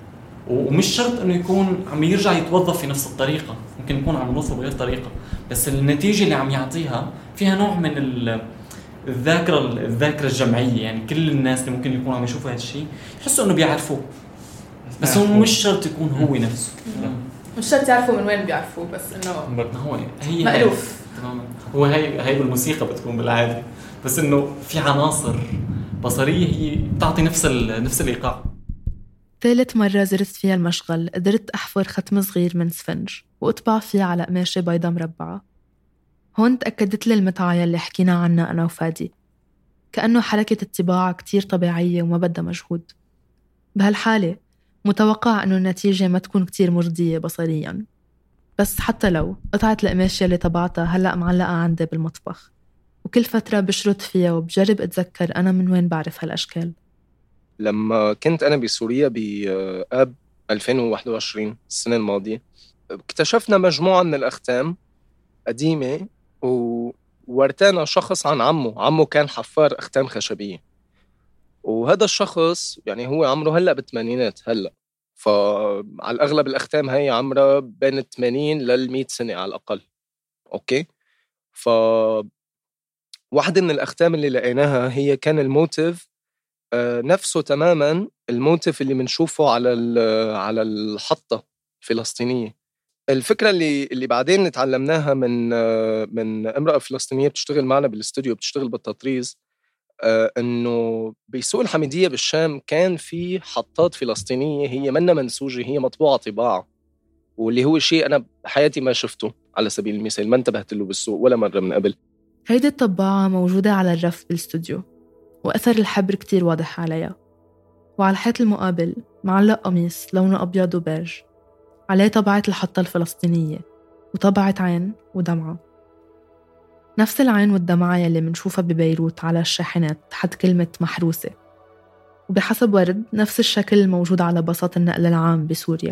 ومش شرط انه يكون عم يرجع يتوظف في نفس الطريقه، ممكن يكون عم يوظف بغير طريقه، بس النتيجه اللي عم يعطيها فيها نوع من الذاكره الذاكره الجمعيه. يعني كل الناس اللي ممكن يكونوا عم يشوفوا هذا الشيء يحسوا انه بيعرفوه، بس هو مش شرط يكون هو نفسه. مش شرط يعرفوا من وين بيعرفوه، بس انه هو هي مألوف تماما. هو هي هي بالموسيقى بتكون بالعادي، بس انه في عناصر بصريه هي بتعطي نفس نفس الايقاع. ثالث مرة زرت فيها المشغل قدرت أحفر ختم صغير من سفنج وأطبع فيه على قماشة بيضة مربعة. هون تأكدت لي المتعة يلي حكينا عنها أنا وفادي، كأنه حركة الطباعة كتير طبيعية وما بدها مجهود. بهالحالة متوقع أنه النتيجة ما تكون كتير مرضية بصرياً، بس حتى لو قطعة القماشة اللي طبعتها هلأ معلقة عندي بالمطبخ، وكل فترة بشرط فيها وبجرب أتذكر أنا من وين بعرف هالأشكال. لما كنت أنا بسوريا بآب ألفين وواحد وعشرين السنة الماضية، اكتشفنا مجموعة من الأختام قديمة، وورتانا شخص عن عمه. عمه كان حفار أختام خشبية، وهذا الشخص يعني هو عمره هلأ بالثمانينات هلأ، فعلى الأغلب الأختام هاي عمرها بين الثمانين للمئة سنة على الأقل. أوكي، ف واحدة من الأختام اللي لقيناها هي كان الموتيف نفسه تماماً الموتيف اللي منشوفه على على الحطة الفلسطينية. الفكرة اللي اللي بعدين نتعلمناها من من امرأة فلسطينية بتشتغل معنا بالاستوديو، بتشتغل بالتطريز، إنه بسوق الحميدية بالشام كان في حطات فلسطينية هي منا منسوجة، هي مطبوعة طباعة، واللي هو شيء أنا بحياتي ما شفته على سبيل المثال، ما انتبهت له بالسوق ولا مرة من قبل. هيدي الطباعة موجودة على الرف بالاستوديو، وأثر الحبر كتير واضح عليها، وعلى الحيط المقابل معلق قميص لونه أبيض وبيج عليه طبعة الحطة الفلسطينية وطبعة عين ودمعة، نفس العين والدمعة يلي منشوفها ببيروت على الشاحنات تحت كلمة محروسة، وبحسب ورد نفس الشكل الموجود على بساط النقل العام بسوريا.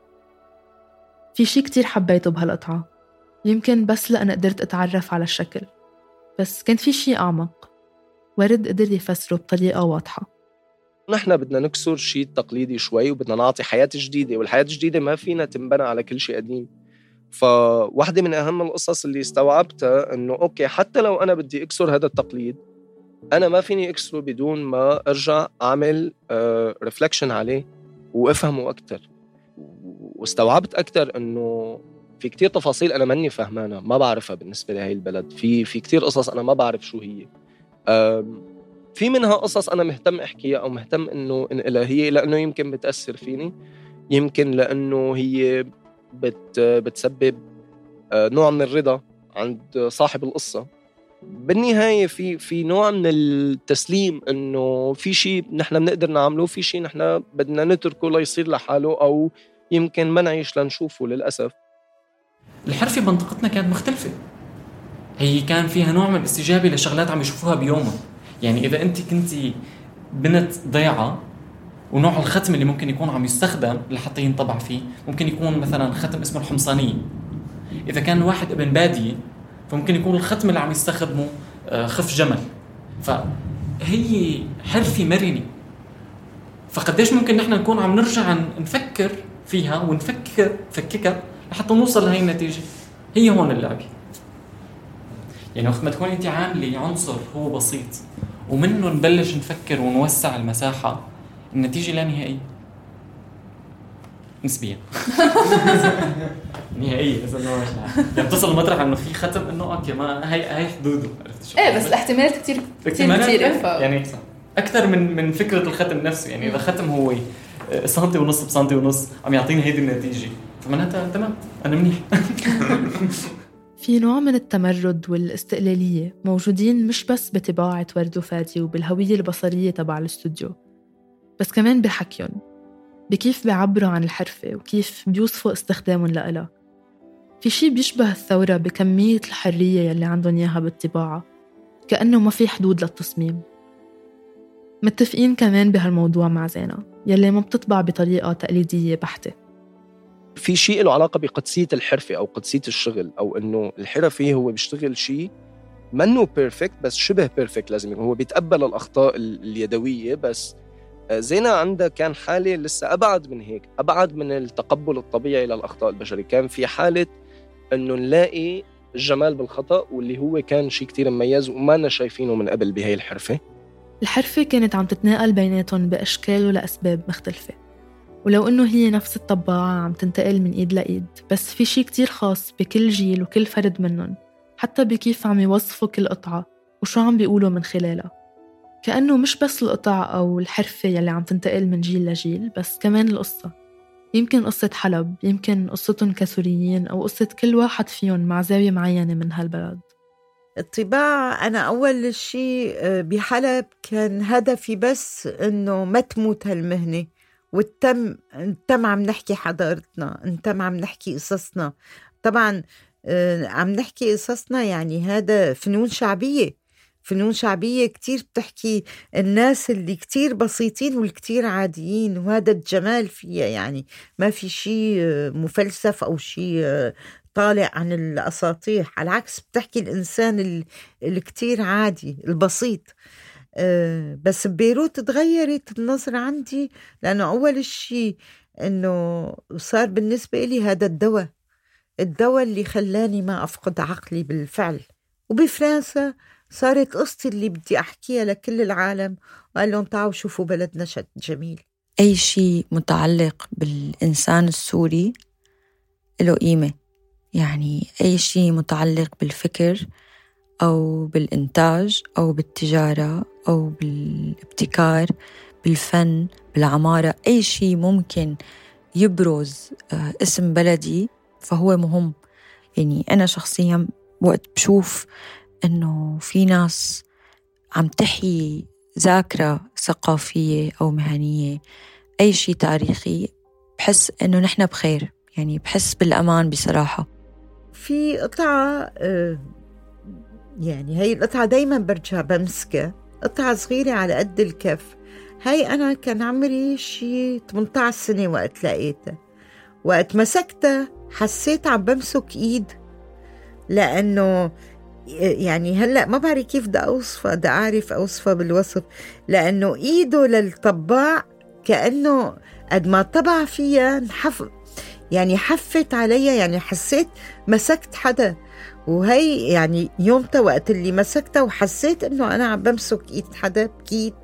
في شي كتير حبيته بهالقطعة، يمكن بس لأن قدرت أتعرف على الشكل، بس كان في شي أعمق ورد قدر يفسره بطريقة واضحة. نحن بدنا نكسر شيء تقليدي شوي، وبدنا نعطي حياة جديدة، والحياة الجديدة ما فينا تنبنى على كل شيء قديم. فواحدة من أهم القصص اللي استوعبتها إنه أوكي، حتى لو أنا بدي أكسر هذا التقليد، أنا ما فيني أكسره بدون ما أرجع أعمل ريفلكشن عليه وأفهمه أكتر. واستوعبت أكتر إنه في كتير تفاصيل أنا ماني فهمانة، ما بعرفها بالنسبة لهي البلد. في في كتير قصص أنا ما بعرف شو هي. في منها قصص أنا مهتم أحكيها أو مهتم إنه إنقلها، هي لأنه يمكن بتأثر فيني، يمكن لأنه هي بت بتسبب نوع من الرضا عند صاحب القصة. بالنهاية في في نوع من التسليم إنه في شيء نحن بنقدر نعمله، في شيء نحن بدنا نتركه ليصير لحاله، أو يمكن ما نعيش لنشوفه للأسف. الحرفة بمنطقتنا كانت مختلفة، هي كان فيها نوع من الاستجابة لشغلات عم يشوفوها بيومهم. يعني إذا أنت كنتي بنت ضيعة، ونوع الختم اللي ممكن يكون عم يستخدم لحتى ينطبع فيه ممكن يكون مثلا ختم اسمه الحمصانية. إذا كان الواحد ابن بادية فممكن يكون الختم اللي عم يستخدمه خف جمل. فهي حرفة مرنة، فقديش ممكن نحن نكون عم نرجع نفكر فيها ونفكر فككها لحتى نوصل لهي النتيجة. هي هون اللعبة. يعني وقت ما تكون انت عاملة عنصر هو بسيط ومنه نبلش نفكر ونوسع المساحة، النتيجة لا نهائية نسبيا. نهائية إذا ما يعني تصل المطرح إنه في ختم إنه أوكي ما هي هي حدوده، عرفت شو؟ إيه بس الاحتمالات كتير كتير كتير ف... يعني أكثر من من فكرة الختم نفسه. يعني إذا ختم هو سنتي ونص بسنتي ونص عم يعطيني هيدي النتيجة، فمعناتها تمام أنا منيح. في نوع من التمرد والاستقلالية موجودين مش بس بطباعة ورد وفادي وبالهوية البصرية تبع الاستوديو، بس كمان بحكيهم، بكيف بيعبروا عن الحرفة وكيف بيوصفوا استخدامهم لها. في شي بيشبه الثورة بكمية الحرية يلي عندهم إياها بالطباعة، كأنه ما في حدود للتصميم. متفقين كمان بهالموضوع مع زينة يلي ما بتطبع بطريقة تقليدية بحتة. في شيء له علاقة بقدسية الحرفة أو قدسية الشغل، أو إنه الحرفي هو بيشتغل شيء منه بيرفكت بس شبه بيرفكت. لازم هو بيتقبل الأخطاء اليدوية، بس زينة عندها كان حالة لسه أبعد من هيك، أبعد من التقبل الطبيعي للأخطاء البشري. كان في حالة أنه نلاقي الجمال بالخطأ، واللي هو كان شيء كتير مميز وما شايفينه من قبل بهاي الحرفة. الحرفة كانت عم تتناقل بيناتهم بأشكال ولأسباب مختلفة، ولو إنه هي نفس الطباعة عم تنتقل من إيد لإيد، بس في شي كتير خاص بكل جيل وكل فرد منهم، حتى بكيف عم يوصفوا كل قطعة وشو عم بيقولوا من خلالها. كأنه مش بس القطع أو الحرفة يلي عم تنتقل من جيل لجيل، بس كمان القصة. يمكن قصة حلب، يمكن قصتهم كسوريين، أو قصة كل واحد فيهم مع زاوية معينة من هالبلد. الطباعة أنا أول شيء بحلب كان هدفي بس إنه ما تموت هالمهنة، والتم تم عم نحكي حضارتنا، تم عم نحكي قصصنا. طبعا عم نحكي قصصنا، يعني هذا فنون شعبية، فنون شعبية كتير بتحكي الناس اللي كتير بسيطين والكتير عاديين، وهذا الجمال فيها. يعني ما في شيء مفلسف أو شيء طالع عن الأساطيح، على العكس بتحكي الإنسان الكتير عادي البسيط. بس ببيروت تغيرت النظرة عندي، لأنه أول شيء أنه صار بالنسبة لي هذا الدواء، الدواء اللي خلاني ما أفقد عقلي بالفعل. وبفرنسا صارت قصتي اللي بدي أحكيها لكل العالم، وقال لهم تعالوا شوفوا بلدنا شد جميل. أي شيء متعلق بالإنسان السوري له قيمة، يعني أي شيء متعلق بالفكر أو بالإنتاج أو بالتجارة أو بالابتكار، بالفن، بالعمارة، أي شيء ممكن يبرز اسم بلدي فهو مهم. يعني أنا شخصياً وقت بشوف إنه في ناس عم تحيي ذاكرة ثقافية أو مهنية، أي شيء تاريخي، بحس إنه نحن بخير، يعني بحس بالأمان بصراحة. في قطعة يعني هاي القطعة دايما برجع بمسكها، قطعة صغيرة على قد الكف. هاي أنا كان عمري شي ثمانية عشر سنة وقت لقيتها. وقت مسكتها حسيت عم بمسك إيد، لأنه يعني هلأ ما بعرف كيف بدي أوصفها، بدي أعرف أوصفها بالوصف، لأنه إيده للطباع كأنه قد ما طبع فيها نحف، يعني حفت عليها، يعني حسيت مسكت حدا. وهي يعني يومتا وقت اللي مسكتها وحسيت إنه أنا عم بمسك إيد حدا بكيت.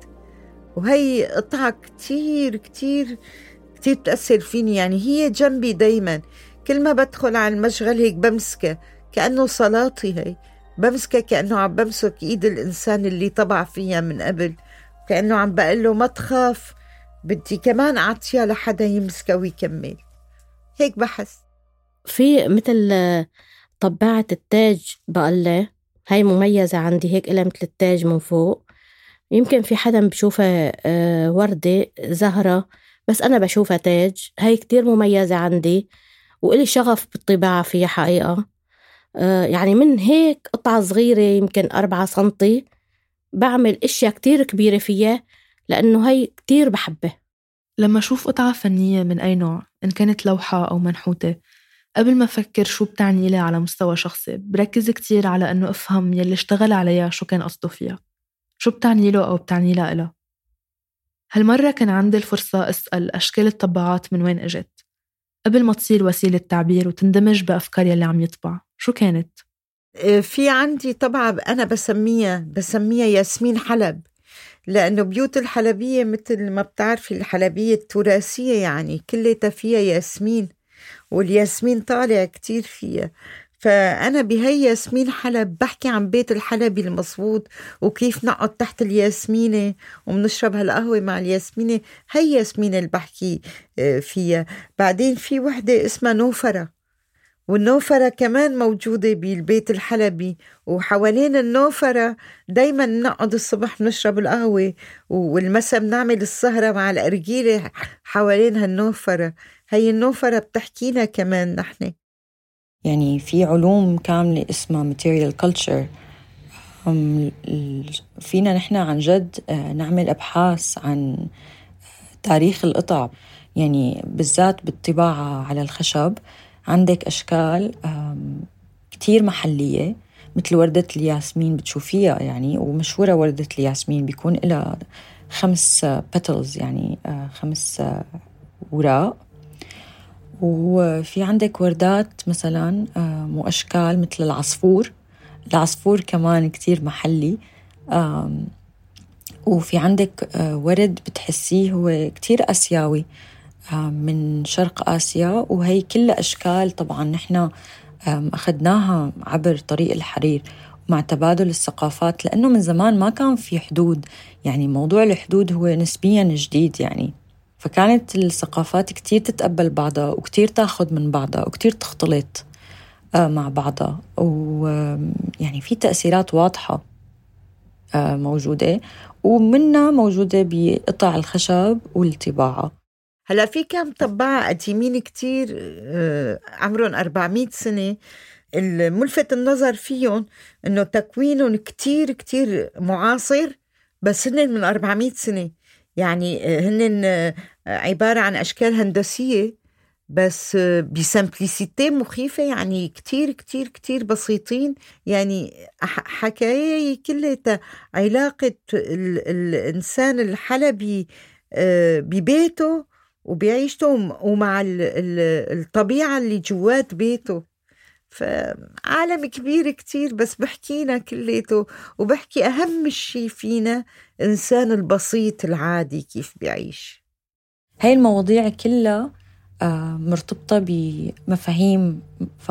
وهي قطعة كتير كتير كتير بتأثر فيني، يعني هي جنبي دايما، كل ما بدخل على المشغل هيك بمسكها كأنه صلاتي، هي بمسكها كأنه عم بمسك إيد الإنسان اللي طبع فيها من قبل، كأنه عم بقول له ما تخاف، بدي كمان أعطيها لحدا يمسكها ويكمل. هيك بحس. في مثل طباعة التاج بقلة، هاي مميزة عندي، هيك إلها مثل التاج من فوق. يمكن في حدا بشوفها وردة زهرة، بس أنا بشوفها تاج. هاي كتير مميزة عندي، وإلي شغف بالطباعة فيها حقيقة. يعني من هيك قطعة صغيرة يمكن أربعة سنتي بعمل إشياء كتير كبيرة فيها، لأنه هاي كتير بحبه. لما أشوف قطعة فنية من أي نوع، إن كانت لوحة أو منحوتة، قبل ما أفكر شو بتعني لي على مستوى شخصي، بركز كتير على أنه أفهم يلي اشتغل عليها شو كان قصده فيها، شو بتعني له أو بتعني له إله. هالمرة كان عندي الفرصة أسأل أشكال الطباعات من وين أجت، قبل ما تصير وسيلة تعبير وتندمج بأفكار يلي عم يطبع. شو كانت؟ في عندي طبعا أنا بسميها بسميها ياسمين حلب، لأنه بيوت الحلبية مثل ما بتعرفي الحلبية التراثية يعني كلها فيها ياسمين، والياسمين طالع كتير فيها. فأنا بهي ياسمين حلب بحكي عن بيت الحلبي المصفوط، وكيف نقعد تحت الياسمينة ومنشرب هالقهوة مع الياسمينة. هي ياسمين اللي بحكي فيها. بعدين في وحدة اسمها نوفرة، والنوفرة كمان موجودة بالبيت الحلبي، وحوالين النوفرة دايما نقعد الصبح نشرب القهوة، والمساء بنعمل السهرة مع الأرجيلة حوالين هالنوفرة. هي النوفرة بتحكينا كمان نحن. يعني في علوم كاملة اسمها material culture، فينا نحن عن جد نعمل أبحاث عن تاريخ القطع، يعني بالذات بالطباعة على الخشب. عندك أشكال كتير محلية مثل وردة الياسمين بتشوفيها يعني، ومشهورة وردة الياسمين بيكون لها خمس بتلز يعني خمس وراء. وفي عندك وردات مثلا وأشكال مثل العصفور. العصفور كمان كتير محلي. وفي عندك ورد بتحسيه هو كتير آسيوي من شرق آسيا، وهي كل أشكال طبعاً نحن أخذناها عبر طريق الحرير مع تبادل الثقافات، لأنه من زمان ما كان في حدود، يعني موضوع الحدود هو نسبياً جديد يعني. فكانت الثقافات كتير تتقبل بعضها وكتير تاخد من بعضها وكتير تختلط مع بعضها، ويعني في تأثيرات واضحة موجودة، ومنها موجودة بقطع الخشب والطباعة. هلا في كم طباعة قديمين كتير عمرهم أربعمية سنة، الملفت النظر فيهم إنه تكوينهم كتير كتير معاصر، بس هن من أربعمية سنة، يعني هن عبارة عن أشكال هندسية بس بسمبليسيتي مخيفة، يعني كتير كتير كتير بسيطين. يعني حكاية كلها علاقة الإنسان الحلبي ببيته وبيعيشته ومع الطبيعة اللي جوات بيته. فعالم كبير كتير، بس بحكينا كليته وبحكي أهم شيء فينا إنسان البسيط العادي كيف بيعيش. هاي المواضيع كلها مرتبطة بمفاهيم،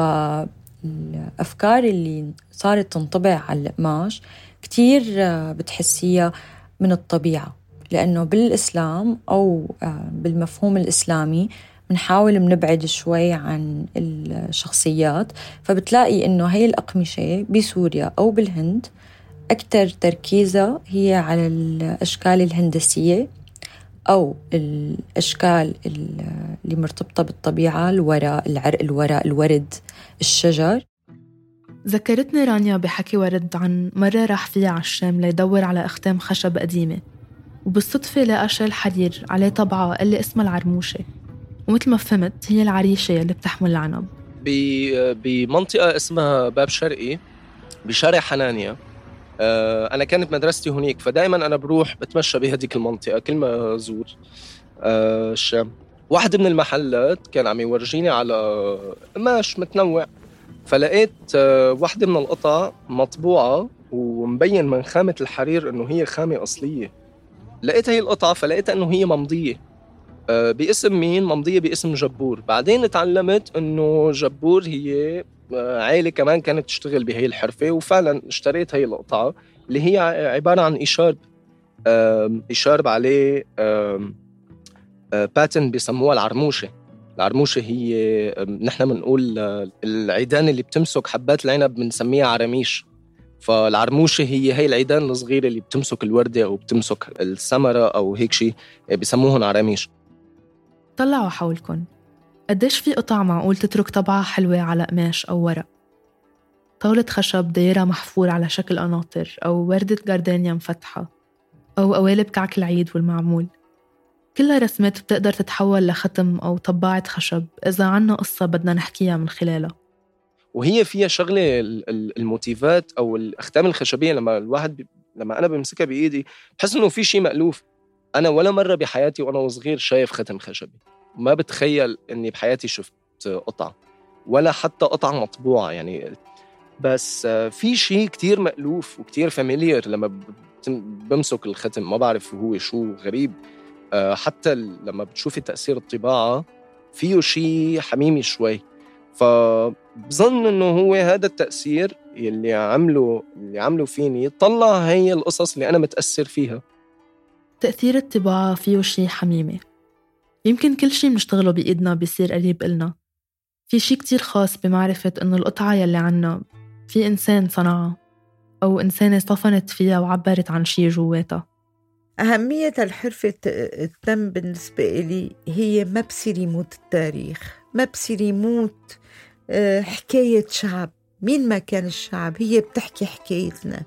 فالأفكار اللي صارت تنطبع على القماش كتير بتحسيها من الطبيعة، لأنه بالإسلام أو بالمفهوم الإسلامي بنحاول منبعد شوي عن الشخصيات، فبتلاقي إنه هاي الأقمشة بسوريا أو بالهند أكتر تركيزها هي على الأشكال الهندسية أو الأشكال اللي مرتبطة بالطبيعة، الورق، العرق، الورق، الورد، الشجر. ذكرتني رانيا بحكي ورد عن مرة راح فيها على الشام ليدور على أختام خشب قديمة، وبالصدفة لقى شال حرير عليه طبعة اللي اسمها العرموشة، ومثل ما فهمت هي العريشة اللي بتحمل العنب. بمنطقة اسمها باب شرقي بشارع حنانيا. أنا كانت مدرستي هناك، فدايما أنا بروح بتمشى بهديك المنطقة كل ما أزور الشام. واحد من المحلات كان عم يورجيني على قماش متنوع، فلقيت واحدة من القطع مطبوعة ومبين من خامة الحرير إنه هي خامة أصلية. لقيت هي القطعة فلقيت إنه هي ممضية باسم مين؟ ممضية باسم جبور. بعدين تعلمت إنه جبور هي عائلة كمان كانت تشتغل بهي الحرفة، وفعلا اشتريت هي القطعة اللي هي عبارة عن إشارب إشارب عليه باتن بيسموها العرموشة. العرموشة هي نحن منقول العيدان اللي بتمسك حبات العنب بنسميها عرميش، فالعرموشة هي هي العيدان الصغيرة اللي بتمسك الوردة أو بتمسك الثمرة أو هيك شيء بيسموهن عرميش. طلعوا حولكن قديش في قطع معقول تترك طبعة حلوة على قماش أو ورق؟ طاولة خشب دايرة محفور على شكل قناطر، أو وردة جاردينيا مفتحة، أو قوالب كعك العيد والمعمول، كلها رسمات بتقدر تتحول لختم أو طباعة خشب إذا عنا قصة بدنا نحكيها من خلالها. وهي فيها شغلة الموتيفات أو الأختام الخشبية، لما الواحد ب... لما أنا بمسكها بإيدي بحس إنه في شيء مألوف. أنا ولا مرة بحياتي وأنا صغير شايف ختم خشبي، ما بتخيل إني بحياتي شفت قطعة ولا حتى قطعة مطبوعة يعني، بس في شيء كتير مألوف وكتير فاميليير لما بمسك الختم. ما بعرف هو شو غريب، حتى لما بتشوفي تأثير الطباعة فيه شيء حميمي شوي. فبظن إنه هو هذا التأثير اللي عمله اللي عمله فيني طلع هي القصص اللي أنا متأثر فيها. تأثير الطباعة فيه شيء حميمي. يمكن كل شيء بنشتغله بإيدنا بيصير قريب إلنا. في شيء كتير خاص بمعرفة إنه القطعة يلي عنا في إنسان صنعها أو إنسانة صفنت فيها وعبرت عن شيء جواتها. أهمية الحرفة التم بالنسبة لي هي ما بصير يموت التاريخ، ما بصير يموت حكاية شعب. مين ما كان الشعب هي بتحكي حكايتنا،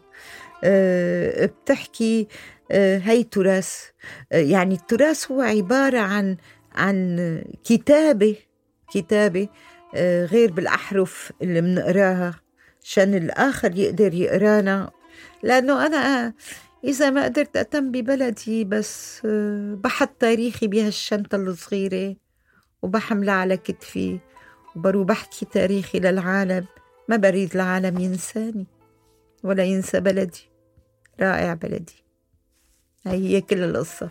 بتحكي هاي تراث. يعني التراث هو عبارة عن عن كتابة كتابة غير بالأحرف اللي منقراها شان الآخر يقدر يقرانا. لأنه أنا إذا ما قدرت أتم ببلدي بس بحط تاريخي بهالشنطة الصغيرة وبحملها على كتفي وبرو بحكي تاريخي للعالم. ما بريد العالم ينساني ولا ينسى بلدي. رائع بلدي. هاي هي كل القصة.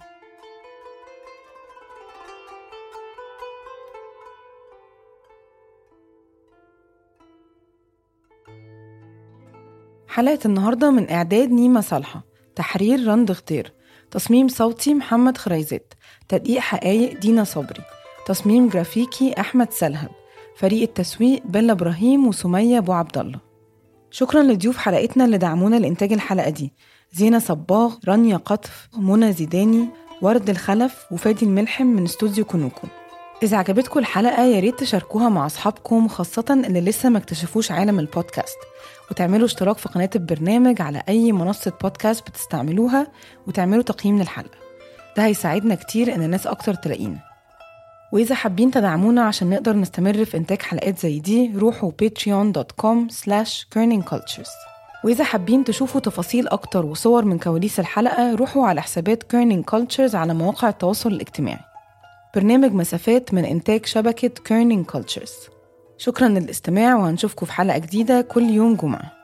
حلقة النهاردة من إعداد نيمة صالحة، تحرير رند غطير، تصميم صوتي محمد خريزات، تدقيق حقايق دينا صبري، تصميم جرافيكي أحمد سلهب، فريق التسويق بيلا إبراهيم وسمية أبو عبد الله. شكرا لضيوف حلقتنا اللي دعمونا لإنتاج الحلقة دي: زينة صباغ، رانيا قطف، منى زيداني، ورد الخلف، وفادي الملحم من استوديو كونوكو. إذا عجبتكم الحلقة ياريت تشاركوها مع أصحابكم، خاصة اللي لسه ما اكتشفوش عالم البودكاست، وتعملوا اشتراك في قناة البرنامج على أي منصة بودكاست بتستعملوها، وتعملوا تقييم للحلقة. ده هيساعدنا كتير إن الناس أكتر تلاقينا. وإذا حابين تدعمونا عشان نقدر نستمر في إنتاج حلقات زي دي، روحوا patreon dot com slash kerning cultures. وإذا حابين تشوفوا تفاصيل أكتر وصور من كواليس الحلقة، روحوا على حسابات kerning cultures على مواقع التواصل الاجتماعي. برنامج مسافات من إنتاج شبكة kerning cultures. شكراً للاستماع، وهنشوفكم في حلقة جديدة كل يوم جمعة.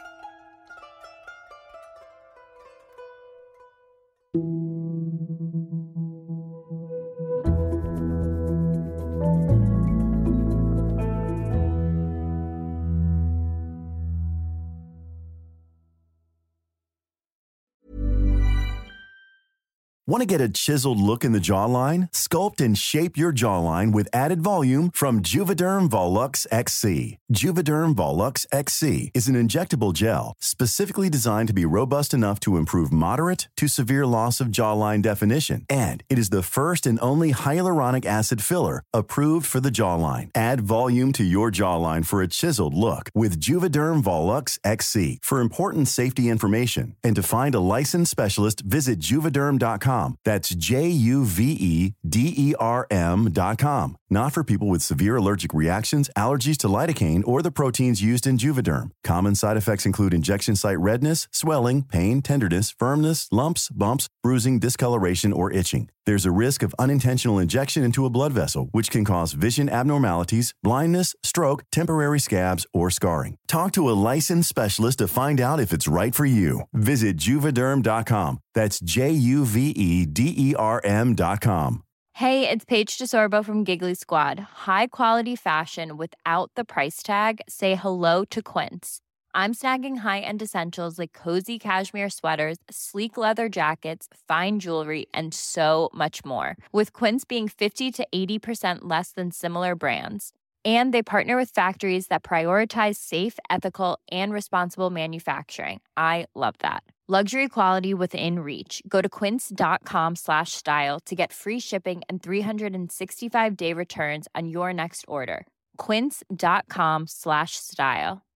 Want to get a chiseled look in the jawline? Sculpt and shape your jawline with added volume from Juvederm Volux X C. Juvederm Volux X C is an injectable gel specifically designed to be robust enough to improve moderate to severe loss of jawline definition. And it is the first and only hyaluronic acid filler approved for the jawline. Add volume to your jawline for a chiseled look with Juvederm Volux X C. For important safety information and to find a licensed specialist, visit juvederm dot com. That's J U V E D E R M dot com. Not for people with severe allergic reactions, allergies to lidocaine, or the proteins used in Juvederm. Common side effects include injection site redness, swelling, pain, tenderness, firmness, lumps, bumps, bruising, discoloration, or itching. There's a risk of unintentional injection into a blood vessel, which can cause vision abnormalities, blindness, stroke, temporary scabs, or scarring. Talk to a licensed specialist to find out if it's right for you. Visit juvederm dot com. That's J U V E D E R M dot com. Hey, it's Paige DeSorbo from Giggly Squad. High quality fashion without the price tag. Say hello to Quince. I'm snagging high-end essentials like cozy cashmere sweaters, sleek leather jackets, fine jewelry, and so much more. With Quince being fifty to eighty percent less than similar brands. And they partner with factories that prioritize safe, ethical, and responsible manufacturing. I love that. Luxury quality within reach. Go to quince dot com slash style to get free shipping and three sixty-five day returns on your next order. quince dot com slash style.